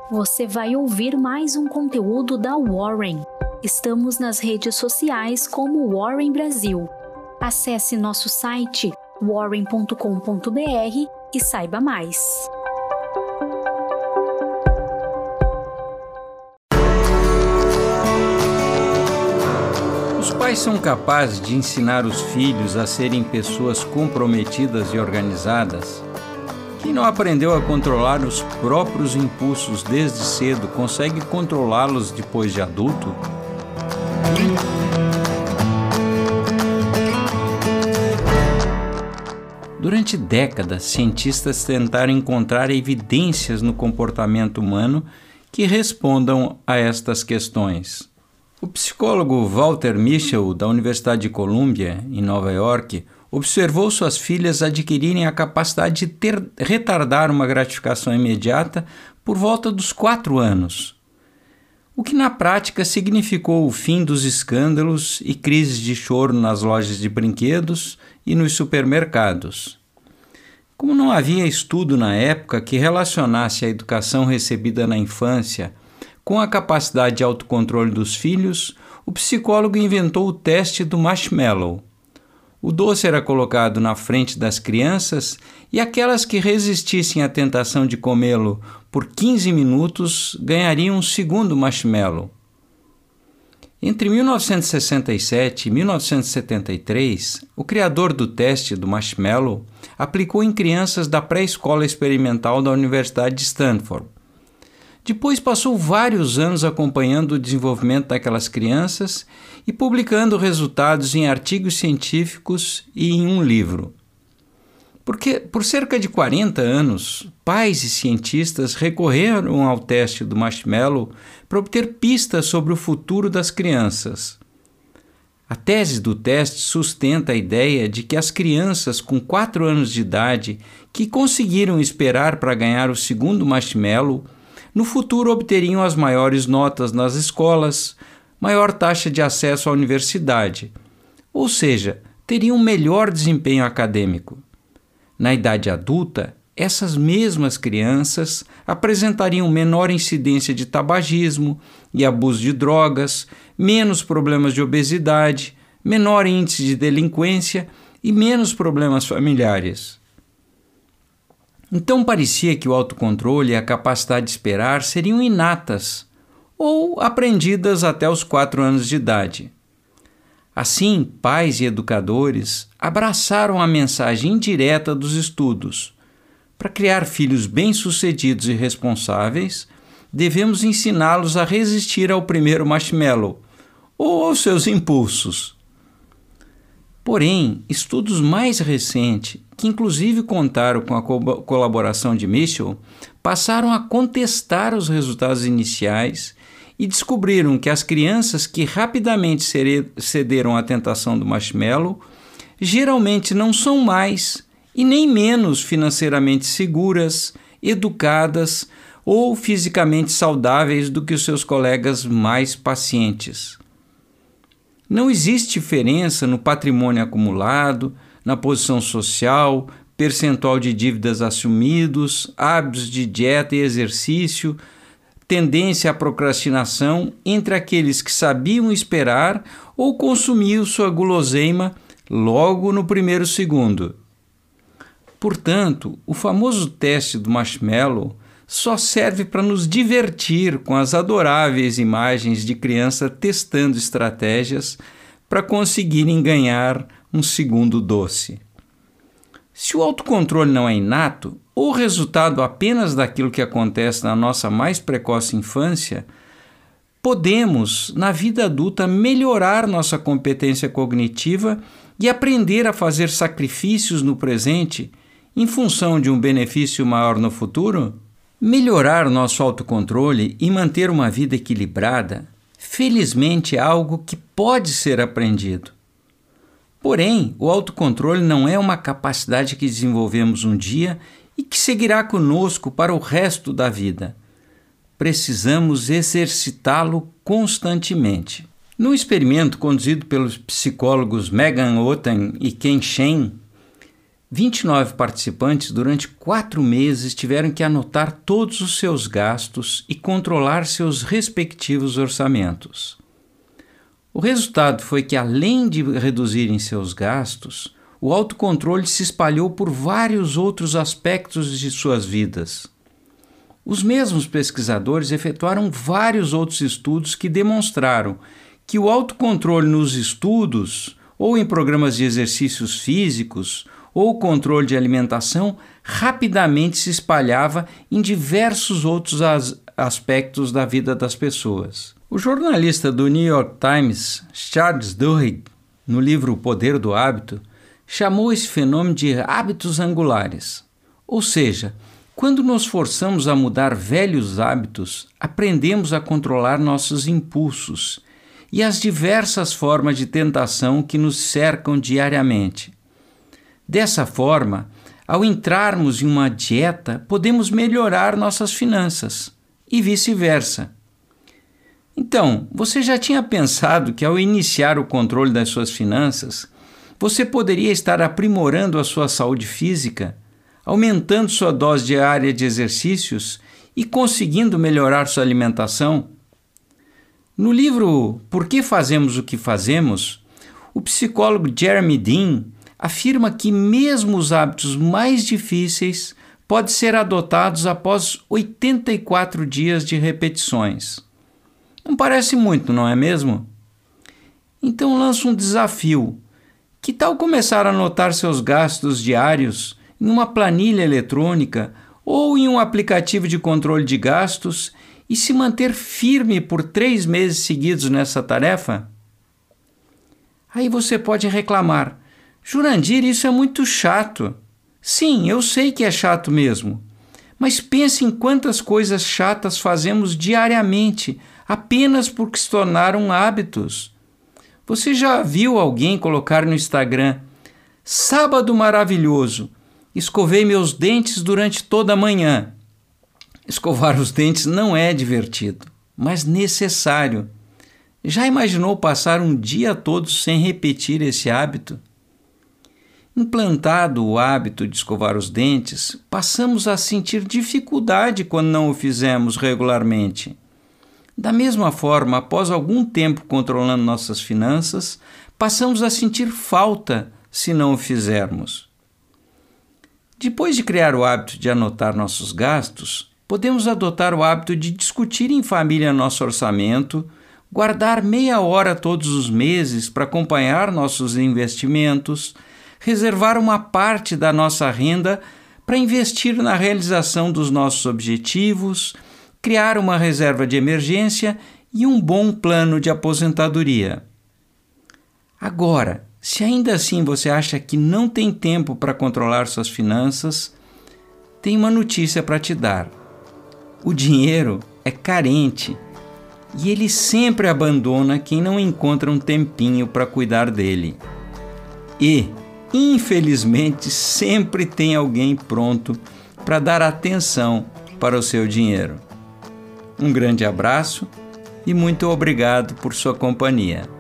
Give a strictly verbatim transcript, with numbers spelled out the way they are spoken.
você vai ouvir mais um conteúdo da Warren. Estamos nas redes sociais como Warren Brasil. Acesse nosso site warren ponto com ponto b r e saiba mais. Os pais são capazes de ensinar os filhos a serem pessoas comprometidas e organizadas? Quem não aprendeu a controlar os próprios impulsos desde cedo consegue controlá-los depois de adulto? Durante décadas, cientistas tentaram encontrar evidências no comportamento humano que respondam a estas questões. O psicólogo Walter Mischel, da Universidade de Columbia, em Nova York, observou suas filhas adquirirem a capacidade de ter, retardar uma gratificação imediata por volta dos quatro anos, o que na prática significou o fim dos escândalos e crises de choro nas lojas de brinquedos e nos supermercados. Como não havia estudo na época que relacionasse a educação recebida na infância com a capacidade de autocontrole dos filhos, o psicólogo inventou o teste do marshmallow. O doce era colocado na frente das crianças e aquelas que resistissem à tentação de comê-lo por quinze minutos ganhariam um segundo marshmallow. Entre mil novecentos e sessenta e sete e mil novecentos e setenta e três, o criador do teste do marshmallow aplicou em crianças da pré-escola experimental da Universidade de Stanford. Depois passou vários anos acompanhando o desenvolvimento daquelas crianças e publicando resultados em artigos científicos e em um livro. Porque, por cerca de quarenta anos, pais e cientistas recorreram ao teste do marshmallow para obter pistas sobre o futuro das crianças. A tese do teste sustenta a ideia de que as crianças com quatro anos de idade que conseguiram esperar para ganhar o segundo marshmallow no futuro obteriam as maiores notas nas escolas, maior taxa de acesso à universidade, ou seja, teriam um melhor desempenho acadêmico. Na idade adulta, essas mesmas crianças apresentariam menor incidência de tabagismo e abuso de drogas, menos problemas de obesidade, menor índice de delinquência e menos problemas familiares. Então parecia que o autocontrole e a capacidade de esperar seriam inatas ou aprendidas até os quatro anos de idade. Assim, pais e educadores abraçaram a mensagem indireta dos estudos. Para criar filhos bem-sucedidos e responsáveis, devemos ensiná-los a resistir ao primeiro marshmallow ou aos seus impulsos. Porém, estudos mais recentes, que inclusive contaram com a co- colaboração de Mischel, passaram a contestar os resultados iniciais e descobriram que as crianças que rapidamente cederam à tentação do marshmallow geralmente não são mais e nem menos financeiramente seguras, educadas ou fisicamente saudáveis do que os seus colegas mais pacientes. Não existe diferença no patrimônio acumulado, na posição social, percentual de dívidas assumidos, hábitos de dieta e exercício, tendência à procrastinação entre aqueles que sabiam esperar ou consumiam sua guloseima logo no primeiro segundo. Portanto, o famoso teste do marshmallow só serve para nos divertir com as adoráveis imagens de criança testando estratégias para conseguirem ganhar um segundo doce. Se o autocontrole não é inato, ou resultado apenas daquilo que acontece na nossa mais precoce infância, podemos, na vida adulta, melhorar nossa competência cognitiva e aprender a fazer sacrifícios no presente em função de um benefício maior no futuro? Melhorar nosso autocontrole e manter uma vida equilibrada, felizmente, é algo que pode ser aprendido. Porém, o autocontrole não é uma capacidade que desenvolvemos um dia e que seguirá conosco para o resto da vida. Precisamos exercitá-lo constantemente. Num experimento conduzido pelos psicólogos Megan Otten e Ken Shen, vinte e nove participantes, durante quatro meses, tiveram que anotar todos os seus gastos e controlar seus respectivos orçamentos. O resultado foi que, além de reduzirem seus gastos, o autocontrole se espalhou por vários outros aspectos de suas vidas. Os mesmos pesquisadores efetuaram vários outros estudos que demonstraram que o autocontrole nos estudos, ou em programas de exercícios físicos, ou controle de alimentação, rapidamente se espalhava em diversos outros as- aspectos da vida das pessoas. O jornalista do New York Times, Charles Duhigg, no livro O Poder do Hábito, chamou esse fenômeno de hábitos angulares. Ou seja, quando nos forçamos a mudar velhos hábitos, aprendemos a controlar nossos impulsos e as diversas formas de tentação que nos cercam diariamente. Dessa forma, ao entrarmos em uma dieta, podemos melhorar nossas finanças e vice-versa. Então, você já tinha pensado que ao iniciar o controle das suas finanças, você poderia estar aprimorando a sua saúde física, aumentando sua dose diária de exercícios e conseguindo melhorar sua alimentação? No livro Por que Fazemos o que Fazemos, o psicólogo Jeremy Dean afirma que mesmo os hábitos mais difíceis podem ser adotados após oitenta e quatro dias de repetições. Não parece muito, não é mesmo? Então lanço um desafio. Que tal começar a anotar seus gastos diários em uma planilha eletrônica ou em um aplicativo de controle de gastos e se manter firme por três meses seguidos nessa tarefa? Aí você pode reclamar: Jurandir, isso é muito chato. Sim, eu sei que é chato mesmo. Mas pense em quantas coisas chatas fazemos diariamente apenas porque se tornaram hábitos. Você já viu alguém colocar no Instagram: sábado maravilhoso, escovei meus dentes durante toda a manhã. Escovar os dentes não é divertido, mas necessário. Já imaginou passar um dia todo sem repetir esse hábito? Implantado o hábito de escovar os dentes, passamos a sentir dificuldade quando não o fizemos regularmente. Da mesma forma, após algum tempo controlando nossas finanças, passamos a sentir falta se não o fizermos. Depois de criar o hábito de anotar nossos gastos, podemos adotar o hábito de discutir em família nosso orçamento, guardar meia hora todos os meses para acompanhar nossos investimentos, reservar uma parte da nossa renda para investir na realização dos nossos objetivos, criar uma reserva de emergência e um bom plano de aposentadoria. Agora, se ainda assim você acha que não tem tempo para controlar suas finanças, tem uma notícia para te dar. O dinheiro é carente e ele sempre abandona quem não encontra um tempinho para cuidar dele. E, infelizmente, sempre tem alguém pronto para dar atenção para o seu dinheiro. Um grande abraço e muito obrigado por sua companhia.